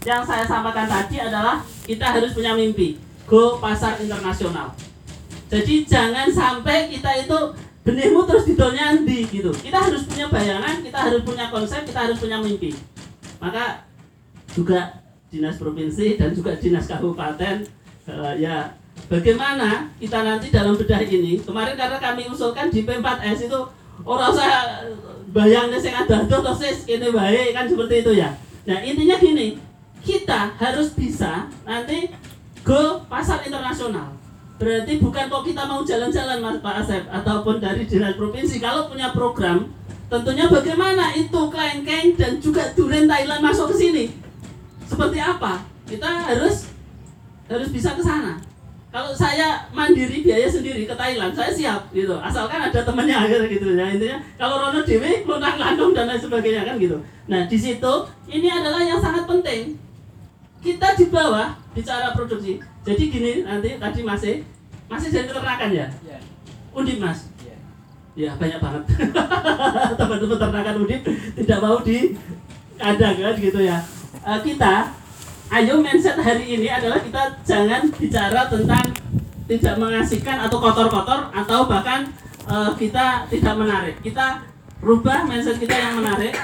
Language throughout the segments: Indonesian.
yang saya sampaikan tadi adalah kita harus punya mimpi, go pasar internasional. Jadi jangan sampai kita itu benihmu terus didolnya endi gitu. Kita harus punya bayangan, kita harus punya konsep, kita harus punya mimpi. Maka juga dinas provinsi dan juga dinas kabupaten ya bagaimana kita nanti dalam bedah ini. Kemarin karena kami usulkan di P4S itu orang usah bayangnya sing ada terus ini baik kan seperti itu ya. Nah intinya gini, kita harus bisa nanti go pasar internasional. Berarti bukan kok kita mau jalan-jalan Mas Pak Asep ataupun dari dinas provinsi kalau punya program tentunya bagaimana itu kelengkeng dan juga durian Thailand masuk ke sini. Seperti apa? Kita harus bisa ke sana. Kalau saya mandiri biaya sendiri ke Thailand, saya siap gitu. Asalkan ada temannya gitu ya. Intinya kalau Rono Dewi, lunak landung dan lain sebagainya kan gitu. Nah, di situ ini adalah yang sangat penting. Kita di bawah bicara produksi. Jadi gini, nanti tadi masih dari peternakan ya? Iya. Undip Mas. Iya. Ya, banyak banget. Teman-teman peternakan Undip tidak mau di kandang kan gitu ya. Kita ayo mindset hari ini adalah kita jangan bicara tentang tidak mengasihkan atau kotor-kotor atau bahkan kita tidak menarik. Kita rubah mindset kita yang menarik.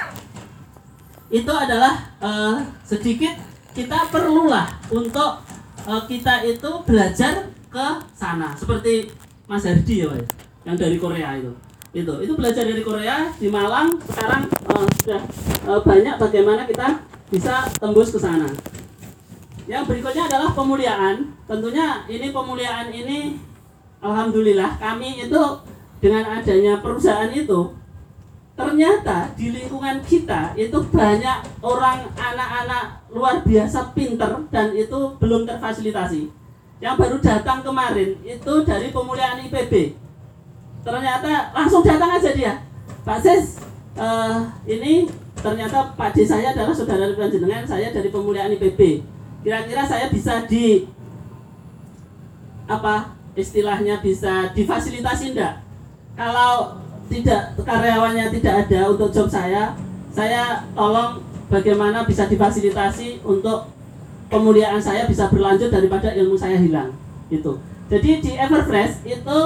Itu adalah sedikit kita perlulah untuk kita itu belajar ke sana. Seperti Mas Hardi ya, yang dari Korea itu belajar dari Korea di Malang. Sekarang sudah banyak bagaimana kita bisa tembus ke sana. Yang berikutnya adalah pemuliaan. Tentunya ini pemuliaan ini alhamdulillah kami itu dengan adanya perusahaan itu ternyata di lingkungan kita itu banyak orang anak-anak luar biasa pinter dan itu belum terfasilitasi. Yang baru datang kemarin itu dari pemuliaan IPB. Ternyata langsung datang aja dia. Pak Sis, ini ternyata Pak D saya adalah saudara panjenengan, saya dari pemuliaan IPB. Kira-kira saya bisa istilahnya bisa difasilitasi enggak? Kalau tidak, karyawannya tidak ada untuk job saya tolong bagaimana bisa difasilitasi untuk pemuliaan saya bisa berlanjut daripada ilmu saya hilang gitu. Jadi di Everfresh itu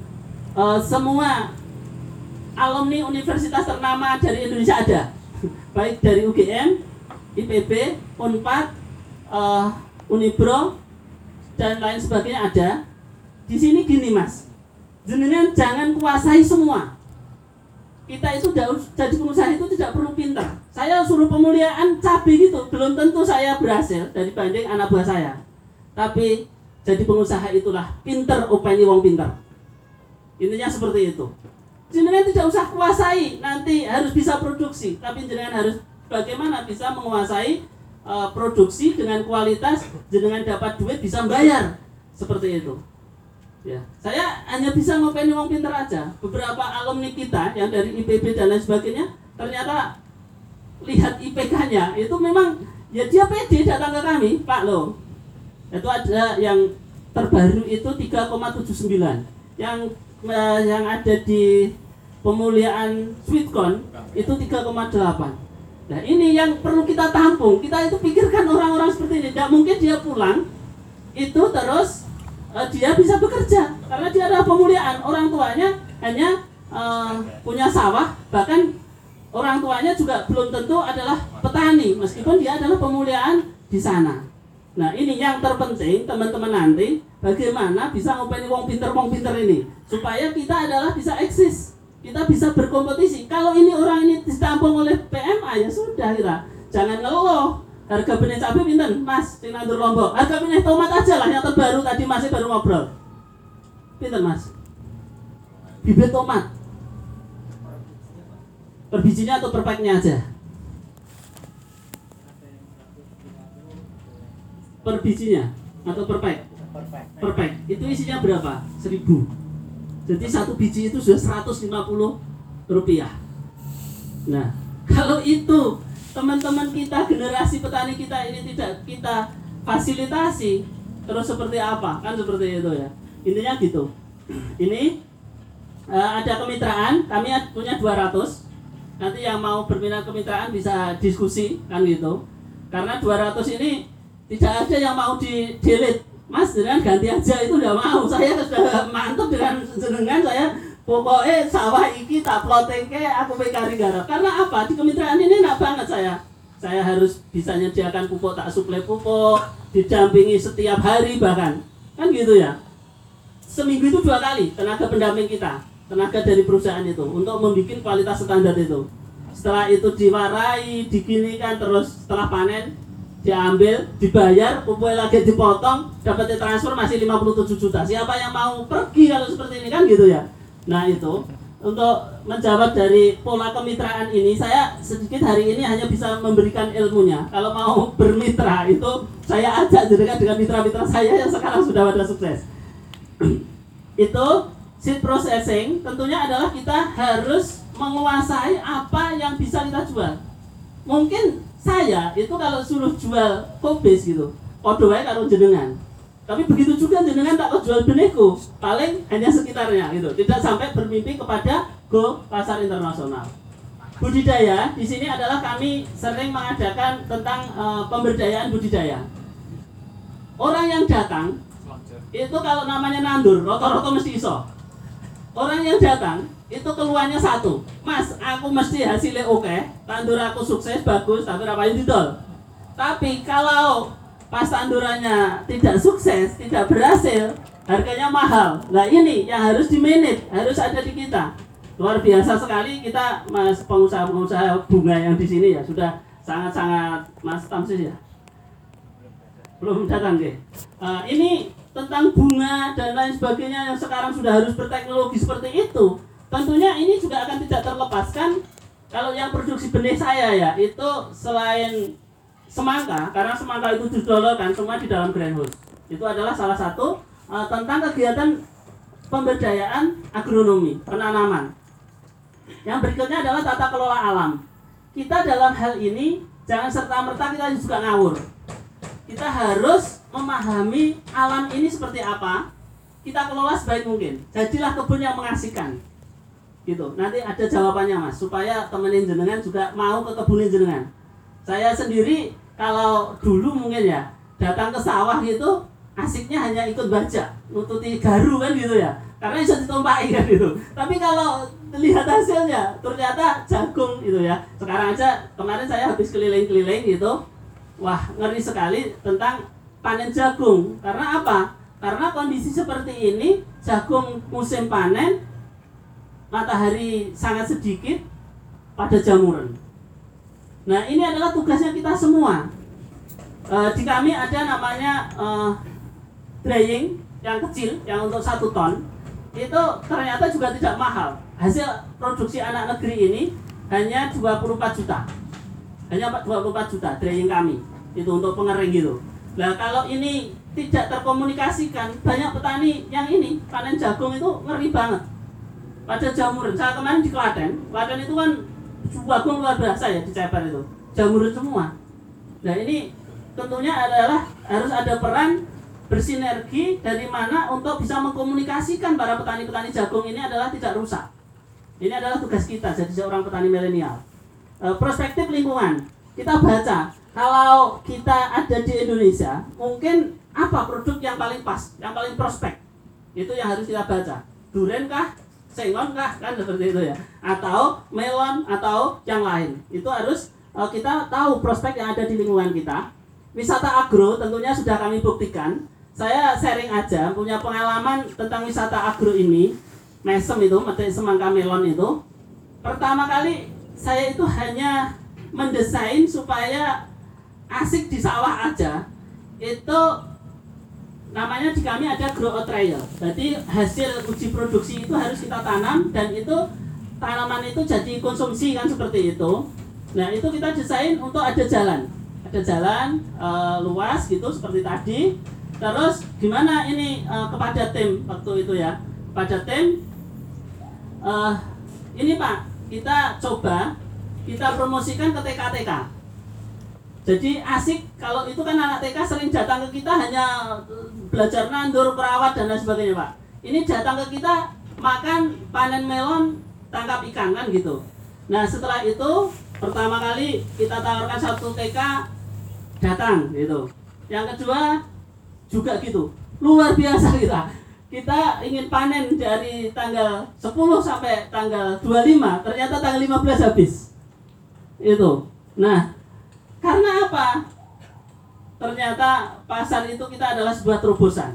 semua alumni universitas ternama dari Indonesia ada. Baik dari UGM, IPB, Unpad, Unibro dan lain sebagainya ada. Di sini gini Mas, jenengan jangan kuasai semua. Kita itu jadi pengusaha itu tidak perlu pintar. Saya suruh pemuliaan cabai gitu, belum tentu saya berhasil dibanding anak buah saya. Tapi jadi pengusaha itulah pinter openi wong pinter. Intinya seperti itu. Jenengan tidak usah kuasai, nanti harus bisa produksi, tapi jenengan harus bagaimana bisa menguasai produksi dengan kualitas, jenengan dapat duit bisa bayar seperti itu. Ya, saya hanya bisa ngopeni wong pinter aja. Beberapa alumni kita yang dari IPB dan lain sebagainya, ternyata lihat IPK-nya itu memang ya dia pede datang ke kami, Pak loh. Itu ada yang terbaru itu 3,79. Yang ada di pemuliaan Sweetcon itu 3,8. Nah ini yang perlu kita tampung. Kita itu pikirkan orang-orang seperti ini. Tidak mungkin dia pulang itu terus dia bisa bekerja karena dia adalah pemuliaan. Orang tuanya hanya punya sawah, bahkan orang tuanya juga belum tentu adalah petani meskipun dia adalah pemuliaan di sana. Nah ini yang terpenting teman-teman nanti bagaimana bisa ngopeni wong pinter ini supaya kita adalah bisa eksis, kita bisa berkompetisi. Kalau ini orang ini ditampung oleh PMA ya sudah, kita jangan ngeluh harga benih cabai pinten Mas di nandur Lombok, harga benih tomat aja lah yang terbaru tadi masih baru ngobrol pinten Mas bibit tomat per bijinya atau per packnya aja? Per bijinya atau per pack? Per pack itu isinya berapa? 1000. Jadi satu biji itu sudah 150 rupiah. Nah kalau itu teman-teman kita, generasi petani kita ini tidak kita fasilitasi, terus seperti apa? Kan seperti itu ya. Intinya gitu. Ini ada kemitraan, kami punya 200. Nanti yang mau berminat kemitraan bisa diskusi kan gitu. Karena 200 ini tidak ada yang mau di delete. Mas, dengan ganti aja, itu udah mau. Saya sudah mantap dengan jenengan, saya pokoknya sawah iki tak plotting ke aku kari garap. Karena apa? Di kemitraan ini enak banget saya. Saya harus bisa menyediakan pupuk, tak suplai pupuk, didampingi setiap hari bahkan. Kan gitu ya. Seminggu itu 2 kali tenaga pendamping kita, tenaga dari perusahaan itu untuk membuat kualitas standar itu. Setelah itu diwarai, diginikan, terus setelah panen diambil, dibayar, pupuknya lagi dipotong, dapat transfer masih 57 juta. Siapa yang mau pergi kalau seperti ini, kan gitu ya. Nah itu untuk menjawab dari pola kemitraan ini, saya sedikit hari ini hanya bisa memberikan ilmunya. Kalau mau bermitra itu saya ajak dengan mitra-mitra saya yang sekarang sudah pada sukses. Itu seed processing tentunya adalah kita harus menguasai apa yang bisa kita jual. Mungkin saya itu kalau suruh jual kobis gitu, podo wae karo jenengan. Tapi begitu juga jenengan tak jual beneku, paling hanya sekitarnya gitu. Tidak sampai bermimpi kepada go pasar internasional. Budidaya di sini adalah kami sering mengadakan tentang pemberdayaan budidaya. Orang yang datang itu kalau namanya nandur, rata-rata mesti iso. Orang yang datang itu keluarnya satu, Mas, aku mesti hasilnya oke, tandur aku sukses, bagus, tapi rapain didol. Tapi kalau pas tandurannya tidak sukses, tidak berhasil, harganya mahal. Nah ini yang harus di-manage, harus ada di kita. Luar biasa sekali kita, Mas, pengusaha-pengusaha bunga yang di sini ya sudah sangat-sangat, Mas Tamsis ya, belum datang deh. Ini tentang bunga dan lain sebagainya yang sekarang sudah harus berteknologi seperti itu. Tentunya ini juga akan tidak terlepaskan kalau yang produksi benih saya ya, itu selain semangka, karena semangka itu didolorkan semua di dalam greenhouse. Itu adalah salah satu tentang kegiatan pemberdayaan agronomi, penanaman. Yang berikutnya adalah tata kelola alam. Kita dalam hal ini jangan serta-merta kita juga ngawur. Kita harus memahami alam ini seperti apa, kita kelola sebaik mungkin. Jadilah kebun yang mengasihkan. Gitu. Nanti ada jawabannya, Mas, supaya temenin jenengan juga mau ke kebunin jenengan. Saya sendiri kalau dulu mungkin ya datang ke sawah gitu asiknya hanya ikut baca, nututi garu kan gitu ya. Karena bisa ditumpahi kan gitu. Tapi kalau lihat hasilnya ternyata jagung gitu ya. Sekarang aja kemarin saya habis keliling-keliling gitu. Wah, ngeri sekali tentang panen jagung. Karena apa? Karena kondisi seperti ini, jagung musim panen, matahari sangat sedikit pada jamuran. Nah ini adalah tugasnya kita semua. Di kami ada namanya drying yang kecil, yang untuk 1 ton. Itu ternyata juga tidak mahal. Hasil produksi anak negeri ini hanya 24 juta. Hanya 24 juta drying kami. Itu untuk pengering gitu. Nah kalau ini tidak terkomunikasikan, banyak petani yang ini panen jagung itu ngeri banget pada jamuran. Saya kemarin di Klaten itu kan jagung luar biasa ya, di Ceper itu jamuran semua. Nah ini tentunya adalah harus ada peran bersinergi dari mana untuk bisa mengkomunikasikan para petani-petani jagung ini adalah tidak rusak. Ini adalah tugas kita jadi seorang petani milenial. Perspektif lingkungan, kita baca kalau kita ada di Indonesia, mungkin apa produk yang paling pas, yang paling prospek, itu yang harus kita baca. Duren kah, sengon kah, kan seperti itu ya, atau melon atau yang lain. Itu harus kita tahu prospek yang ada di lingkungan kita. Wisata agro tentunya sudah kami buktikan. Saya sharing aja, punya pengalaman tentang wisata agro ini. Mesem itu, metik semangka melon itu. Pertama kali saya itu hanya mendesain supaya asik di sawah aja. Itu namanya di kami ada grow out trial. Jadi hasil uji produksi itu harus kita tanam dan itu tanaman itu jadi konsumsi kan seperti itu. Nah itu kita desain untuk ada jalan luas gitu seperti tadi. Terus gimana ini kepada tim waktu itu ya, kepada tim ini Pak, kita coba kita promosikan ke TK-TK. Jadi asik kalau itu kan anak TK sering datang ke kita hanya belajar nandur, perawat dan lain sebagainya Pak. Ini datang ke kita makan, panen melon, tangkap ikan kan gitu. Nah setelah itu pertama kali kita tawarkan satu TK datang gitu. Yang kedua juga gitu, luar biasa kita ingin panen dari tanggal 10 sampai tanggal 25, ternyata tanggal 15 habis itu. Nah, karena apa? Ternyata pasar itu kita adalah sebuah terobosan.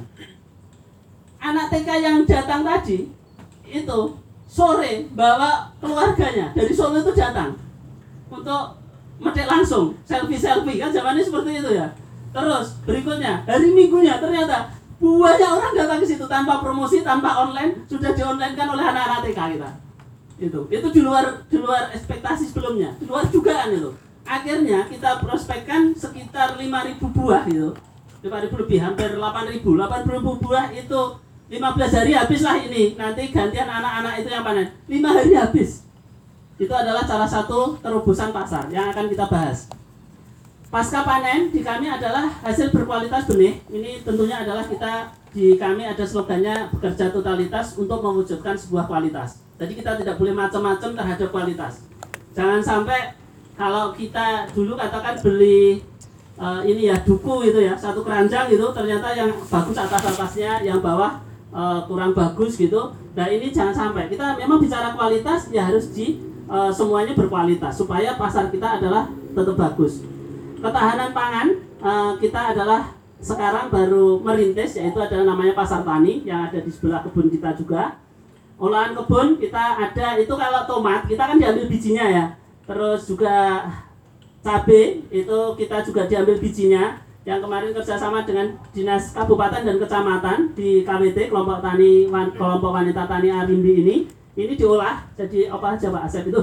Anak TK yang datang tadi itu sore bawa keluarganya dari Solo itu datang untuk medek langsung, selfie kan zamannya seperti itu ya. Terus berikutnya hari Minggunya ternyata banyak orang datang ke situ tanpa promosi, tanpa online, sudah di-online-kan oleh anak-anak TK kita. Itu di luar ekspektasi sebelumnya, di luar dugaan itu. Akhirnya kita prospekkan sekitar 5.000 buah gitu. 5.000 lebih, hampir 8.000. 8.000 buah itu 15 hari habislah ini. Nanti gantian anak-anak itu yang panen. 5 hari habis. Itu adalah salah satu terobosan pasar yang akan kita bahas. Pasca panen di kami adalah hasil berkualitas benih. Ini tentunya adalah di kami ada slogannya bekerja totalitas untuk mewujudkan sebuah kualitas. Jadi kita tidak boleh macam-macam terhadap kualitas. Jangan sampai kalau kita dulu katakan beli ini ya duku itu ya, satu keranjang gitu, ternyata yang bagus atas-atasnya, yang bawah kurang bagus gitu. Nah ini jangan sampai. Kita memang bicara kualitas ya harus semuanya berkualitas supaya pasar kita adalah tetap bagus. Ketahanan pangan kita adalah sekarang baru merintis, yaitu adalah namanya pasar tani yang ada di sebelah kebun kita juga. Olahan kebun kita ada itu, kalau tomat kita kan diambil bijinya ya. Terus juga cabai itu kita juga diambil bijinya. Yang kemarin kerjasama dengan dinas kabupaten dan kecamatan di KWT, kelompok wanita tani Arimbi ini diolah jadi apa aja Pak Asep itu?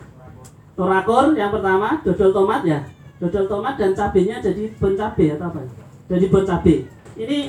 Torakor yang pertama, dodol tomat ya. Dodol tomat dan cabenya jadi bon cabai atau apa? Jadi bon cabai. Ini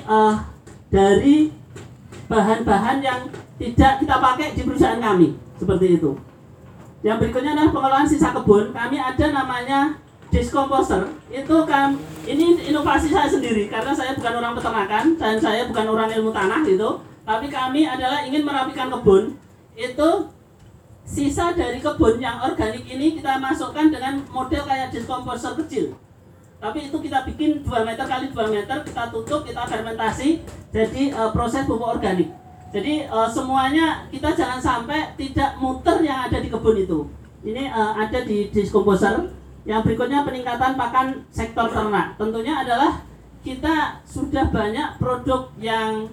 dari bahan-bahan yang tidak kita pakai di perusahaan kami, seperti itu. Yang berikutnya adalah pengelolaan sisa kebun. Kami ada namanya diskomposer. Itu kan ini inovasi saya sendiri karena saya bukan orang peternakan dan saya bukan orang ilmu tanah gitu. Tapi kami adalah ingin merapikan kebun. Itu sisa dari kebun yang organik ini kita masukkan dengan model kayak diskomposer kecil. Tapi itu kita bikin 2 meter kali 2 meter, kita tutup, kita fermentasi, jadi proses pupuk organik. Jadi semuanya kita jangan sampai tidak muter yang ada di kebun itu. Ini ada di diskomposer. Yang berikutnya peningkatan pakan sektor ternak. Tentunya adalah kita sudah banyak produk yang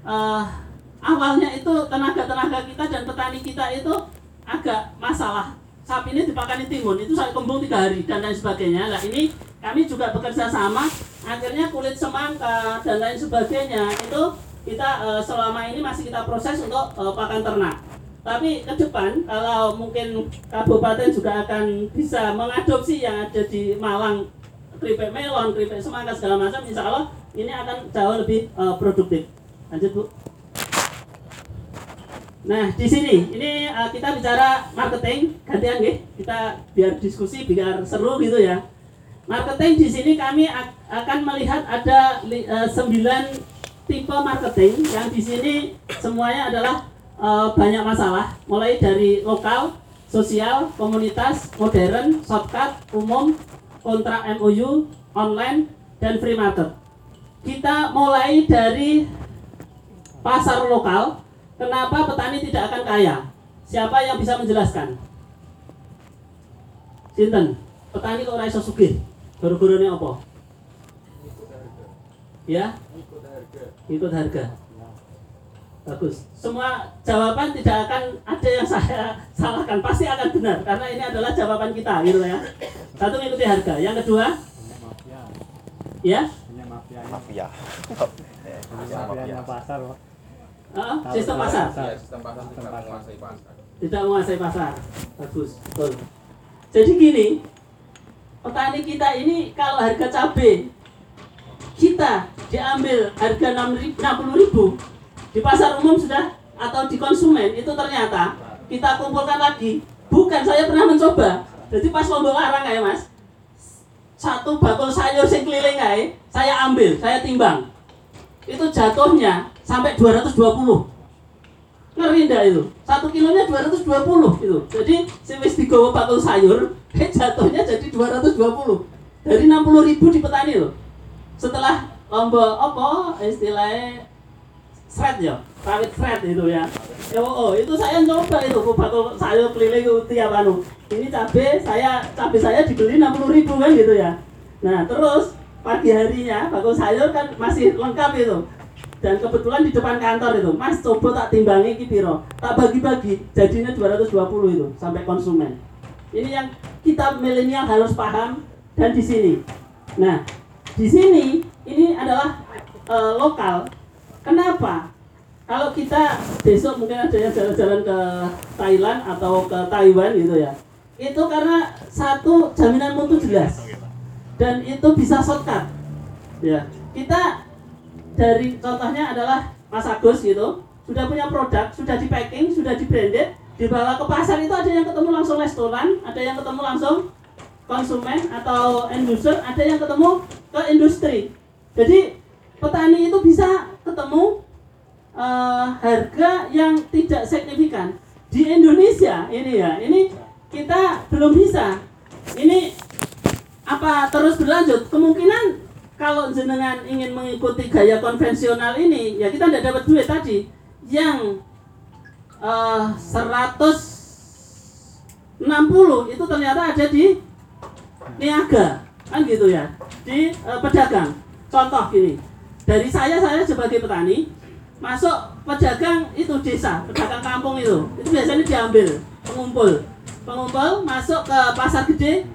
awalnya itu tenaga kita dan petani kita itu agak masalah. Sapi ini dipakani timun, itu sampai kembung 3 hari dan lain sebagainya. Nah ini kami juga bekerja sama, akhirnya kulit semangka dan lain sebagainya itu kita selama ini masih kita proses untuk pakan ternak. Tapi ke depan kalau mungkin kabupaten juga akan bisa mengadopsi yang ada di Malang, keripik melon, keripik semangka segala macam, insya Allah ini akan jauh lebih produktif. Lanjut Bu. Nah di sini ini kita bicara marketing, gantian nggih, kita biar diskusi biar seru gitu ya. Marketing di sini kami akan melihat ada 9 tipe marketing yang di sini semuanya adalah banyak masalah, mulai dari lokal, sosial, komunitas, modern, shortcut, umum, kontrak MOU, online, dan free market. Kita mulai dari pasar lokal. Kenapa petani tidak akan kaya? Siapa yang bisa menjelaskan? Sinten? Petani kok ora iso sugih? Goro-gorone apa? Ya? Ikut harga. Bagus. Semua jawaban tidak akan ada yang saya salahkan, pasti akan benar karena ini adalah jawaban kita gitu ya. Satu, mengikuti harga. Yang kedua? Ya? Mafia. Mafia pasar, Pak. Sistem pasar. Sistem pasar tidak menguasai pasar. Tidak menguasai pasar. Bagus, betul. Jadi gini, petani kita ini kalau harga cabai kita diambil harga 60.000 di pasar umum sudah atau di konsumen itu ternyata kita kumpulkan lagi. Bukan, saya pernah mencoba. Jadi pas lomba larang kayak Mas, satu bakul sayur sing keliling kayak saya ambil, saya timbang. Itu jatuhnya sampai 220. Ngeri ndak itu? 1 kilonya 220 itu. Jadi wis digawa bakul sayur, jatuhnya jadi 220. dari 60.000 di petani loh. Setelah lomba apa istilahnya shred ya, sawit shred itu ya. Itu saya coba itu bakul sayur keliling itu tiap anu. Ini cabai saya dibeli 60.000 kan gitu ya. Nah, terus pagi harinya bakul sayur kan masih lengkap itu. Dan kebetulan di depan kantor itu, Mas coba tak timbangi iki piro. Tak bagi-bagi jadinya 220 itu sampai konsumen. Ini yang kita milenial harus paham dan di sini. Nah, di sini ini adalah lokal. Kenapa? Kalau kita besok mungkin ada yang jalan-jalan ke Thailand atau ke Taiwan gitu ya. Itu karena satu jaminan mutu jelas. Dan itu bisa shortcut. Ya. Kita dari contohnya adalah Mas Agus gitu, sudah punya produk, sudah di packing, sudah di branded, dibawa ke pasar itu ada yang ketemu langsung restoran, ada yang ketemu langsung konsumen atau end user, ada yang ketemu ke industri. Jadi petani itu bisa ketemu harga yang tidak signifikan. Di Indonesia ini ya, ini kita belum bisa. Ini apa terus berlanjut? Kemungkinan kalau jenengan ingin mengikuti gaya konvensional ini, ya kita tidak dapat duit tadi. Yang 160 itu ternyata ada di niaga, kan gitu ya, di pedagang. Contoh gini, dari saya sebagai petani masuk pedagang itu desa, pedagang kampung itu biasanya diambil pengumpul masuk ke pasar gede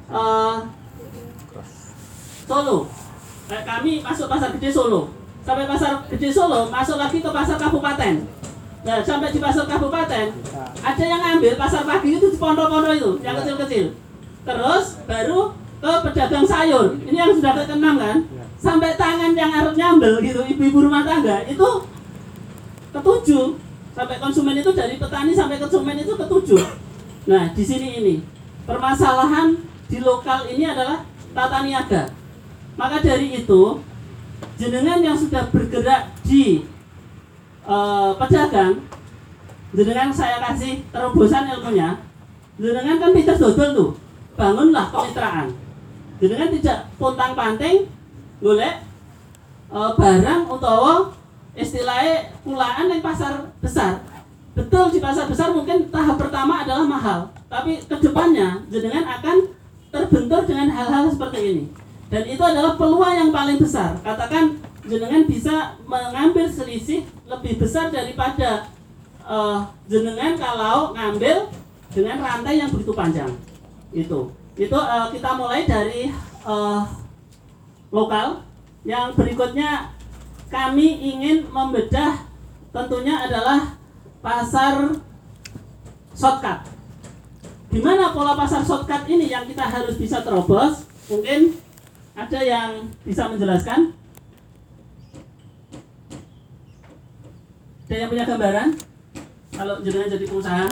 Solo. Kayak kami masuk pasar gede Solo, sampai pasar gede Solo masuk lagi ke pasar kabupaten. Nah, sampai di pasar kabupaten ada yang ngambil pasar pagi itu di pondok-pondok itu yang kecil-kecil. Terus baru ke pedagang sayur. Ini yang sudah ke-6 kan? Sampai tangan yang harus nyambel gitu, ibu-ibu rumah tangga itu ke-7. Sampai konsumen itu dari petani sampai konsumen itu ke-7. Nah, di sini ini permasalahan di lokal ini adalah tata niaga. Maka dari itu jenengan yang sudah bergerak di pedagang, jenengan saya kasih terobosan ilmunya. Jenengan kan pinter dodol tuh, bangunlah kemitraan. Jenengan tidak pontang-panting golek barang utawa istilahnya kulaan yang pasar besar. Betul, di pasar besar mungkin tahap pertama adalah mahal, tapi kedepannya jenengan akan terbentur dengan hal-hal seperti ini. Dan itu adalah peluang yang paling besar. Katakan jenengan bisa mengambil selisih lebih besar daripada jenengan kalau ngambil dengan rantai yang begitu panjang. Itu kita mulai dari lokal. Yang berikutnya kami ingin membedah tentunya adalah pasar shortcut. Gimana pola pasar shortcut ini yang kita harus bisa terobos? Mungkin ada yang bisa menjelaskan? Ada yang punya gambaran? Kalau jenengan jadi pengusaha?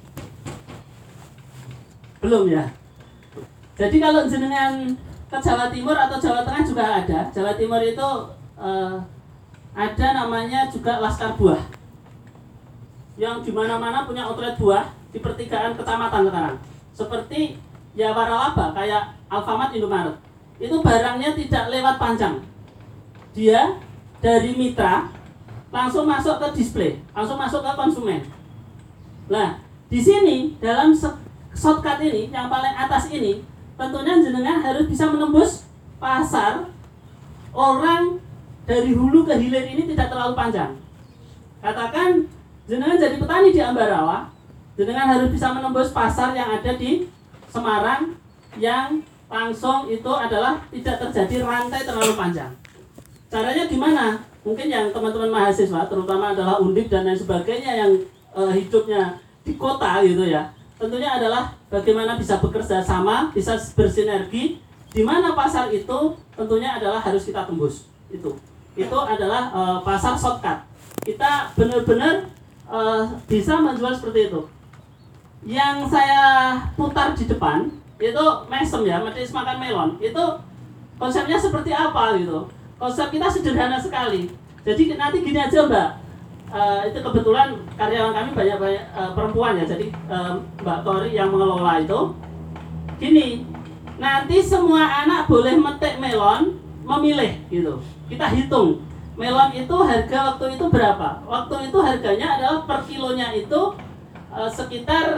Belum ya? Jadi kalau jenengan ke Jawa Timur atau Jawa Tengah juga ada. Jawa Timur itu ada namanya juga Laskar Buah, yang dimana-mana punya outlet buah di pertigaan kecamatan sekarang. Seperti ya waralaba kayak Alfamart, Indomaret. Itu barangnya tidak lewat panjang. Dia dari mitra langsung masuk ke display, langsung masuk ke konsumen. Nah, di sini dalam shortcut ini yang paling atas ini tentunya jenengan harus bisa menembus pasar orang dari hulu ke hilir ini tidak terlalu panjang. Katakan jenengan jadi petani di Ambarawa, jenengan harus bisa menembus pasar yang ada di Semarang yang langsung itu adalah tidak terjadi rantai terlalu panjang. Caranya gimana? Mungkin yang teman-teman mahasiswa, terutama adalah Undip dan lain sebagainya yang hidupnya di kota gitu ya. Tentunya adalah bagaimana bisa bekerja sama, bisa bersinergi, di mana pasar itu tentunya adalah harus kita tembus. Itu adalah pasar shortcut. Kita benar-benar bisa menjual seperti itu. Yang saya putar di depan itu mesem ya, manis makan melon. Itu konsepnya seperti apa gitu. Konsep kita sederhana sekali. Jadi nanti gini aja Mbak, itu kebetulan karyawan kami banyak perempuan ya. Jadi Mbak Tori yang mengelola itu gini, Nanti semua anak boleh metik melon, memilih gitu. Kita hitung melon itu harga waktu itu berapa. Waktu itu harganya adalah per kilonya itu sekitar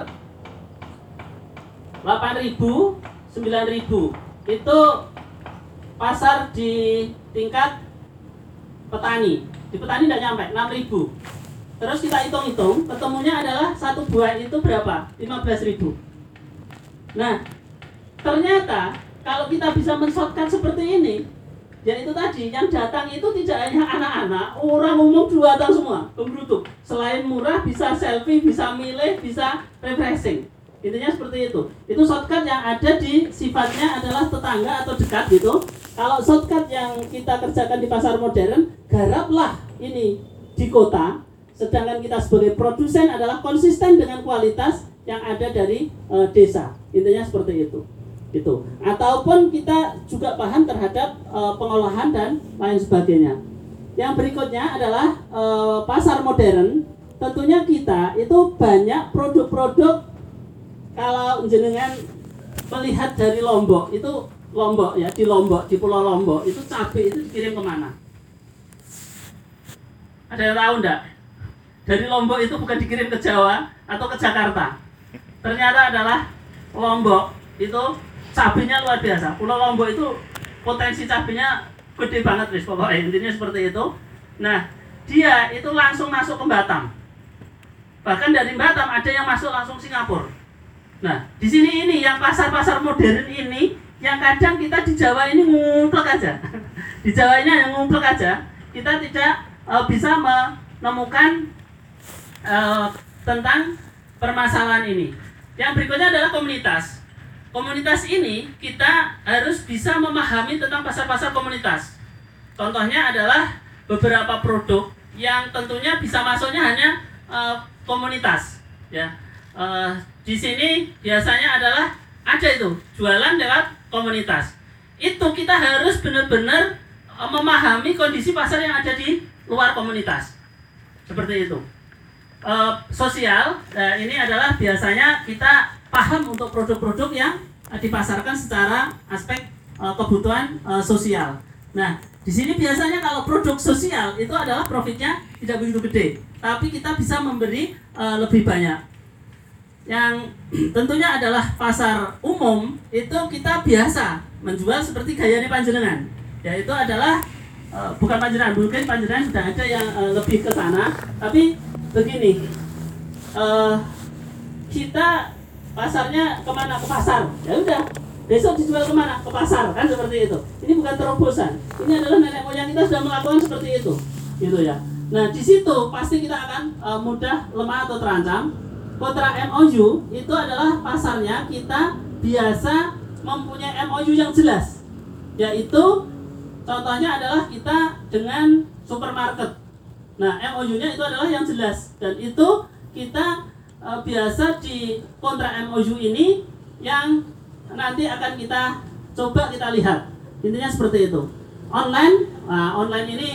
8.000, 9.000. Itu pasar di tingkat petani. Di petani tidak nyampe 6.000. Terus kita hitung-hitung, ketemunya adalah satu buah itu berapa? 15.000. Nah, ternyata kalau kita bisa men-shortcut seperti ini, ya itu tadi, yang datang itu tidak hanya anak-anak, orang umum juga datang semua, pemberuduk. Selain murah, bisa selfie, bisa milih, bisa refreshing. Intinya seperti itu. Itu shortcut yang ada di sifatnya adalah tetangga atau dekat gitu. Kalau shortcut yang kita kerjakan di pasar modern, garaplah ini di kota. Sedangkan kita sebagai produsen adalah konsisten dengan kualitas yang ada dari desa. Intinya seperti itu. Gitu. Ataupun kita juga paham terhadap pengolahan dan lain sebagainya. Yang berikutnya adalah pasar modern. Tentunya kita itu banyak produk-produk. Kalau jenengan melihat dari Lombok, itu Lombok ya, di Lombok, di Pulau Lombok itu cabai itu dikirim kemana? Ada yang tahu enggak? Dari Lombok itu bukan dikirim ke Jawa atau ke Jakarta. Ternyata adalah Lombok itu cabenya luar biasa. Pulau Lombok itu potensi cabenya gede banget guys, pokoknya intinya seperti itu. Nah, dia itu langsung masuk ke Batam. Bahkan dari Batam ada yang masuk langsung Singapura. Nah, di sini ini yang pasar-pasar modern ini yang kadang kita di Jawa ini ngumplek aja. Di Jawa ini yang ngumplek aja. Kita tidak bisa menemukan tentang permasalahan ini. Yang berikutnya adalah komunitas. Komunitas ini kita harus bisa memahami tentang pasar-pasar komunitas. Contohnya adalah beberapa produk yang tentunya bisa masuknya hanya komunitas. Ya, di sini biasanya adalah ada itu jualan lewat komunitas. Itu kita harus benar-benar memahami kondisi pasar yang ada di luar komunitas. Seperti itu. Sosial, ini adalah biasanya kita paham untuk produk-produk yang dipasarkan secara aspek kebutuhan sosial. Nah, di sini biasanya kalau produk sosial itu adalah profitnya tidak begitu gede, tapi kita bisa memberi lebih banyak. Yang tentunya adalah pasar umum itu kita biasa menjual seperti gayanya panjenengan. Yaitu adalah bukan panjenengan, mungkin panjenengan sudah ada yang lebih ke sana, tapi begini, kita pasarnya kemana? Ke pasar. Ya udah, besok dijual kemana? Ke pasar, kan seperti itu. Ini bukan terobosan. Ini adalah nenek moyang kita sudah melakukan seperti itu, gitu ya. Nah, di situ pasti kita akan mudah lemah atau terancam. Kontra MOU itu adalah pasarnya kita biasa mempunyai MOU yang jelas, yaitu contohnya adalah kita dengan supermarket. Nah, MOU-nya itu adalah yang jelas, dan itu kita biasa di kontra MOU ini yang nanti akan kita coba kita lihat. Intinya seperti itu. Online, online ini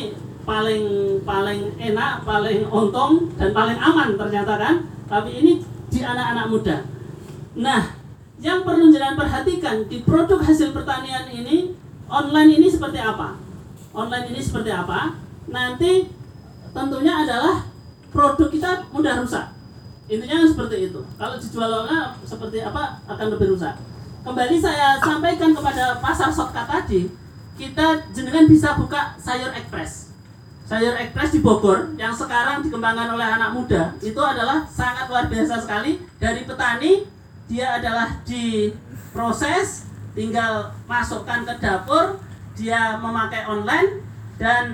paling enak, paling untung dan paling aman ternyata kan. Tapi ini di anak-anak muda. Nah, yang perlu jangan perhatikan di produk hasil pertanian ini, online ini seperti apa? Online ini seperti apa? Nanti tentunya adalah produk kita mudah rusak. Intinya seperti itu. Kalau dijualnya seperti apa akan lebih rusak. Kembali saya sampaikan kepada pasar shortcut tadi, kita jenengan bisa buka sayur ekspres. Sayur ekspres di Bogor yang sekarang dikembangkan oleh anak muda itu adalah sangat luar biasa sekali. Dari petani, dia adalah diproses, tinggal masukkan ke dapur, dia memakai online, dan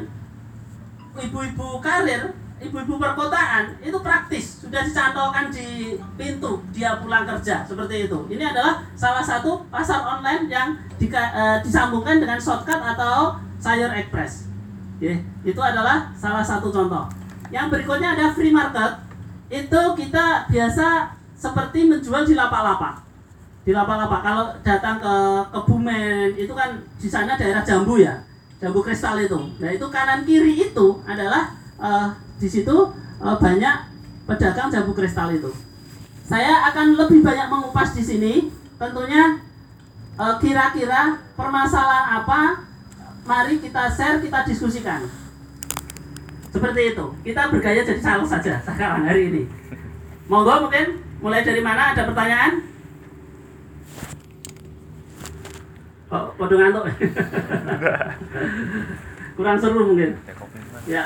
ibu-ibu karir, ibu-ibu perkotaan itu praktis, sudah dicantolkan di pintu dia pulang kerja, seperti itu. Ini adalah salah satu pasar online yang disambungkan dengan shortcut atau sayur ekspres. Itu adalah salah satu contoh. Yang berikutnya ada free market. Itu kita biasa seperti menjual di lapak-lapak. Di lapak-lapak, kalau datang ke Kebumen, itu kan di sana daerah jambu ya, jambu kristal itu. Nah, itu kanan kiri itu adalah di situ banyak pedagang jambu kristal itu. Saya akan lebih banyak mengupas di sini. Tentunya kira-kira permasalahan apa, mari kita share, kita diskusikan. Seperti itu. Kita bergaya jadi sales saja sekarang hari ini. Monggo, mungkin mulai dari mana, ada pertanyaan? Oh, kode ngantuk. Kurang seru mungkin. Ya.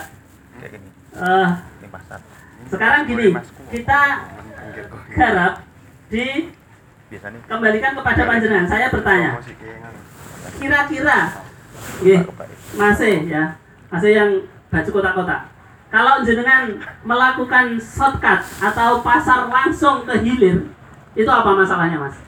Sekarang gini, kita garap kembalikan kepada panjenengan. Saya bertanya, kira-kira, masih yang baju kotak-kotak. Kalau jenengan melakukan shortcut atau pasar langsung ke hilir, itu apa masalahnya, Mas?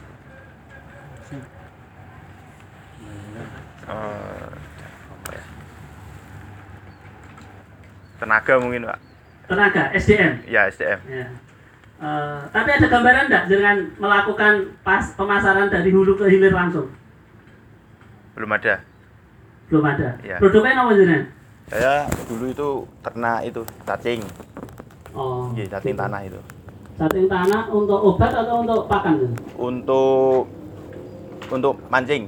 Tenaga mungkin, Pak. Tenaga, SDM. Ya, SDM. Ya. Tapi ada gambaran enggak dengan melakukan pemasaran dari hulu ke hilir langsung? Belum ada. Belum ada. Ya. Produknya apa jenengan? Saya dulu itu ternak itu cacing. Oh. Iya, cacing tanah itu. Cacing tanah untuk obat atau untuk pakan? Untuk mancing.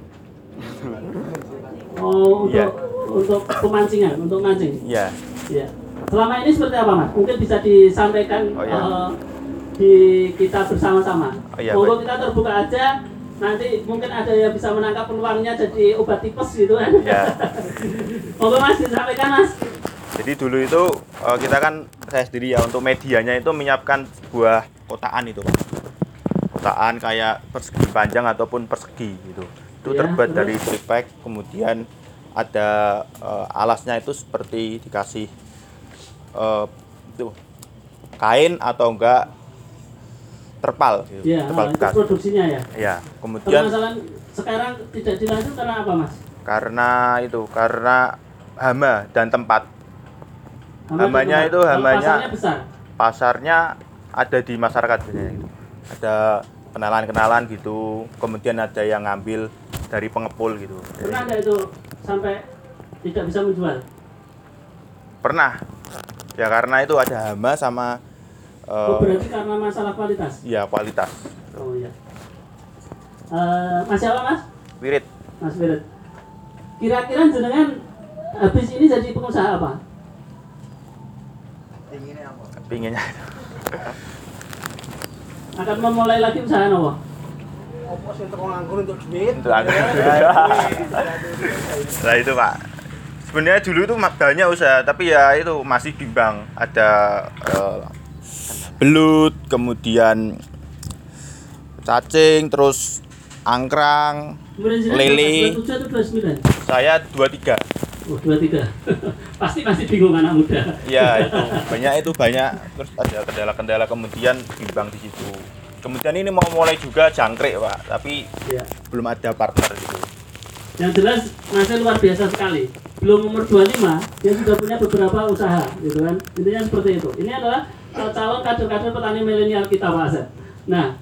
Oh, Ya. untuk pemancingan, untuk mancing. Iya. Ya. Selama ini seperti apa, Mas? Mungkin bisa disampaikan di kita bersama-sama. Monggo kita terbuka aja. Nanti mungkin ada yang bisa menangkap peluangnya jadi obat tipes gitu kan. Ya. Monggo Mas, disampaikan Mas. Jadi dulu itu kita kan, saya sendiri ya, untuk medianya itu menyiapkan sebuah kotaan itu, Pak. Kotaan kayak persegi panjang ataupun persegi gitu. Itu Ya, terbuat terus? dari triplek, kemudian ada alasnya itu seperti dikasih itu kain atau enggak terpal gitu. Ya, Terpal itu bekas. produksinya ya. Ya, kemudian Permasalahan sekarang tidak dilanjut karena apa, Mas? karena hama dan tempat. Hamanya itu pasarnya besar. Pasarnya ada di masyarakat biasanya gitu. Ada kenalan-kenalan gitu, kemudian ada yang ngambil dari pengepul gitu. Pernah nggak itu sampai tidak bisa menjual? Pernah. Ya karena itu ada hama sama Berarti karena masalah kualitas. ya kualitas. Oh iya. Mas siapa, Mas? Wirid. Mas Wirid. Kira-kira jenengan habis ini jadi pengusaha apa? Pinginnya Akan memulai lagi usaha apa? Apa sih untuk nganggur untuk duit? untuk aku. Nah itu, Pak. Sebenarnya dulu itu banyak usaha, tapi ya itu masih bimbang. Ada belut, kemudian cacing, terus angkrang, Kemudian jenengan lele. 27 atau 29? Saya 23. Oh, 23. Pasti masih bingung anak muda. Ya itu banyak. Terus ada kendala-kendala, kemudian bimbang di situ. Kemudian ini mau mulai juga jangkrik, Pak, tapi Ya. belum ada partner gitu. Yang jelas Masnya luar biasa sekali. Belum umur 25, dia sudah punya beberapa usaha, gitu kan. Intinya seperti itu. Ini adalah calon kader-kader petani milenial kita, Pak Asep. Nah,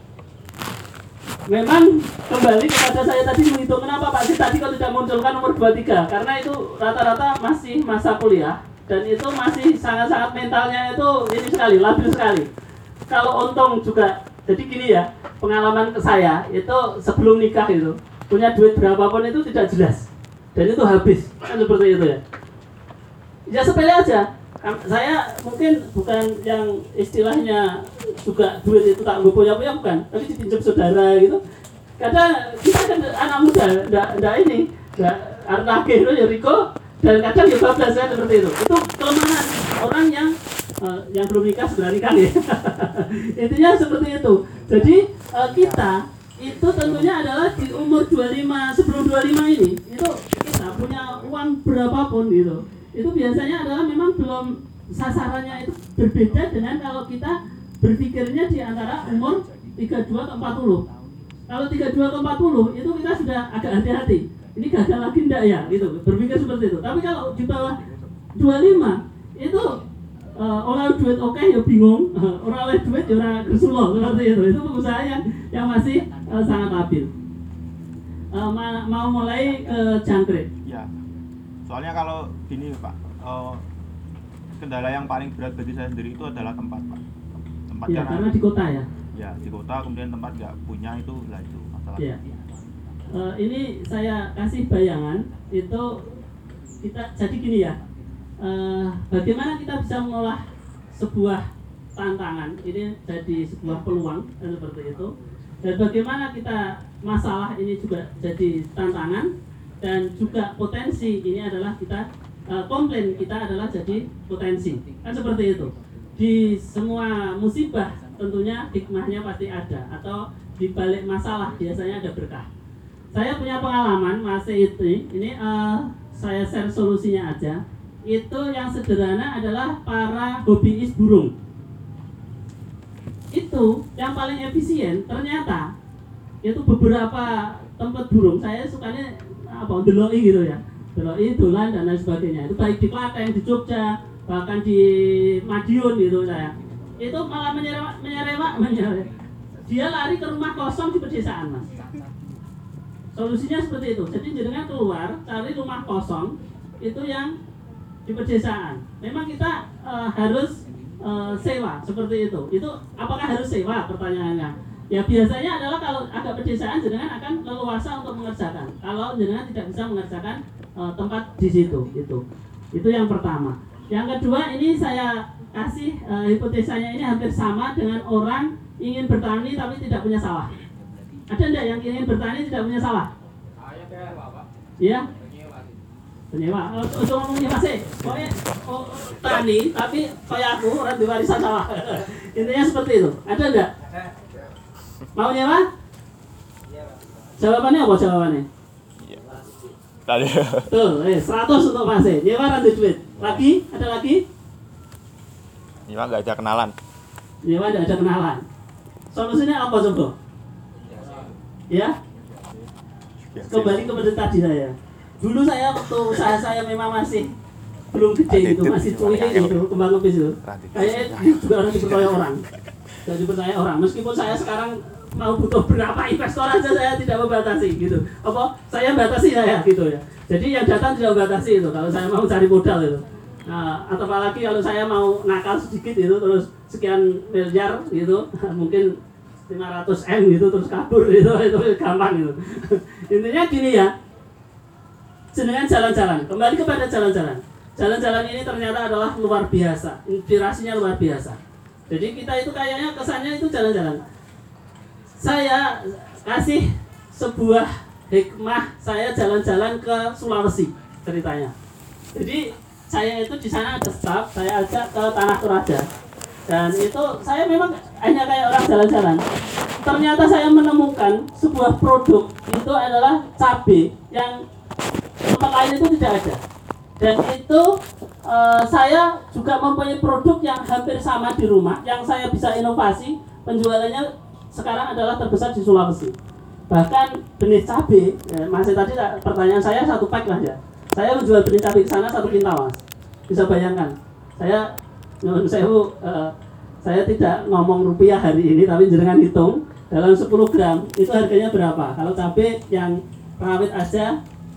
memang kembali kepada saya tadi menghitung kenapa Pak Sis tadi kok tidak munculkan umur 23. Karena itu rata-rata masih masa kuliah dan itu masih sangat-sangat mentalnya itu ini sekali, labil sekali. Kalau untung juga, jadi gini ya, pengalaman ke saya itu sebelum nikah itu punya duit berapapun itu tidak jelas dan itu habis, kan seperti itu ya. Ya sepele aja. Saya mungkin bukan yang istilahnya juga duit itu tak punya bukan, tapi dipinjam saudara gitu. Kadang kita kan anak muda, enggak ini, enggak artake itu ya Riko, dan kadang ya bablas kan seperti itu. Itu kelemahan orang yang belum nikah sudah nikah ya. Intinya seperti itu. Jadi kita itu tentunya adalah di umur 25, sebelum 25 ini itu kita punya uang berapapun gitu. Itu biasanya adalah memang belum sasarannya itu berbeda dengan kalau kita berpikirnya di antara umur 32 ke 40. Kalau 32 ke 40 itu kita sudah agak hati-hati. Ini gagal lagi enggak ya gitu. Berpikir seperti itu. Tapi kalau di bawah 25 itu orang duit oke ya bingung, orang oleh duit ya orang gersuloh seperti itu. Itu pengusaha yang masih sangat labil. Mau mulai ke jangkrik. Ya, soalnya kalau gini Pak, kendala yang paling berat bagi saya sendiri itu adalah tempat, Pak. Tempat Ya, karena di kota ya. Ya di kota, kemudian tempat nggak punya itu lah itu masalah. Ya. Ini saya kasih bayangan itu kita jadi gini ya. Bagaimana kita bisa mengolah sebuah tantangan ini jadi sebuah peluang dan seperti itu. Dan bagaimana kita masalah ini juga jadi tantangan dan juga potensi ini adalah kita komplain kita adalah jadi potensi kan seperti itu. Di semua musibah tentunya hikmahnya pasti ada atau di balik masalah biasanya ada berkah. Saya punya pengalaman masih ini saya share solusinya aja. Itu yang sederhana adalah para hobiis burung. Itu yang paling efisien ternyata itu beberapa tempat burung. Saya sukanya deloi gitu ya. Deloi, dolan dan lain sebagainya. Itu baik di Klaten, di Jogja, bahkan di Madiun gitu saya. Itu malah menyerewak. Dia lari ke rumah kosong di pedesaan, Mas. Solusinya seperti itu. Jadi jenengan keluar cari rumah kosong itu yang di pedesaan. Memang kita harus sewa seperti itu. Itu apakah harus sewa pertanyaannya? Ya biasanya adalah kalau agak pedesaan jenengan akan leluasa untuk mengerjakan. Kalau jenengan tidak bisa mengerjakan tempat di situ itu yang pertama. Yang kedua ini saya kasih hipotesanya ini hampir sama dengan orang ingin bertani tapi tidak punya sawah. Ada enggak yang ingin bertani tidak punya sawah? Iya? Penyewa. Untuk ngomong nyewa sih. Pokoknya tani tapi kayak aku orang di warisan sawah. Intinya seperti itu. Ada enggak? Mau nyewa? Jawabannya apa jawabannya? Tadi. Tuh, 100 untuk Mas. Nyewa randu duit. Lagi? Ada lagi? Nyewa nggak ada kenalan. Nyewa enggak ada kenalan. Solusinya apa coba? Ya? Kembali kepada tadi saya. Dulu saya waktu usaha saya memang masih belum gede gitu, masih culik gitu, kembang kebis itu. Kayaknya juga orang dipercaya orang. Tidak dipercaya orang. Meskipun saya sekarang mau butuh berapa investor aja saya tidak membatasi gitu. Apa? Saya batasi saya gitu ya. Jadi yang datang tidak membatasi itu. Kalau saya mau cari modal itu. Nah, atau apalagi kalau saya mau nakal sedikit itu terus sekian miliar gitu, mungkin 500 M gitu terus kabur itu gampang gitu. Intinya gini ya. Jenengan jalan-jalan, kembali kepada jalan-jalan. Jalan-jalan ini ternyata adalah luar biasa, inspirasinya luar biasa. Jadi kita itu kayaknya kesannya itu jalan-jalan. Saya kasih sebuah hikmah, saya jalan-jalan ke Sulawesi ceritanya. Jadi saya itu di sana ada staff, saya ajak ke Tanah Toraja. Dan itu saya memang hanya kayak orang jalan-jalan. Ternyata saya menemukan sebuah produk itu adalah cabai yang tempat lain itu tidak ada. Dan itu saya juga mempunyai produk yang hampir sama di rumah, yang saya bisa inovasi, penjualannya sekarang adalah terbesar di Sulawesi. Bahkan benih cabai, masih tadi pertanyaan saya 1 pack lah ya. Saya menjual benih cabai ke sana 1 kintal, Mas. Bisa bayangkan. Saya tidak ngomong rupiah hari ini, tapi jenengan hitung dalam 10 gram itu harganya berapa? Kalau cabai yang rawit aja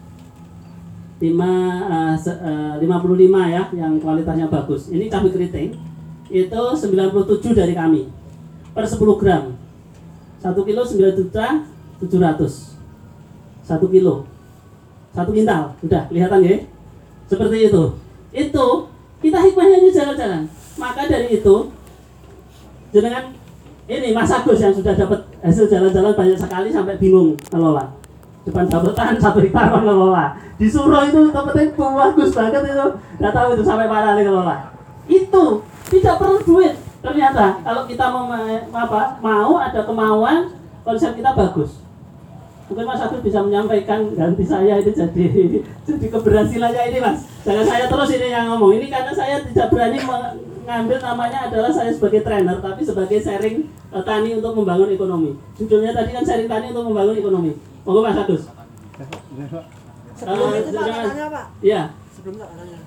55 ya, yang kualitasnya bagus. Ini cabai keriting itu 97 dari kami per 10 gram. 1 kilo 9.700.000. 1 kilo 1 kintal, udah kelihatan ya? Seperti itu. Itu kita hikmahnya ini jalan-jalan. Maka dari itu jenengan ini Mas Agus yang sudah dapat hasil jalan-jalan banyak sekali sampai bingung ngelola. Depan jabatan 1 hektar ngelola. Di Suro itu tempatnya bagus banget itu. Nggak tahu itu sampai mana nih ngelola. Itu tidak perlu duit. Ternyata kalau kita mau ada kemauan, konsep kita bagus. Mungkin Mas Agus bisa menyampaikan ganti saya itu jadi keberhasilannya ini, Mas. Jangan saya terus ini yang ngomong. Ini karena saya tidak berani mengambil namanya adalah saya sebagai trainer, tapi sebagai sharing tani untuk membangun ekonomi. Judulnya tadi kan sharing tani untuk membangun ekonomi. Monggo Mas Agus. Sebelum itu Pak, tanya Pak. Iya. Sebelum tak tanya.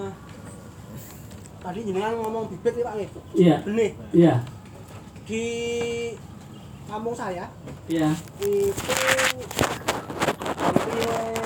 Tadi jenengan ngomong bibit nih Pak nih. Iya. Benih. Iya. Di kampung saya Iya. itu hampir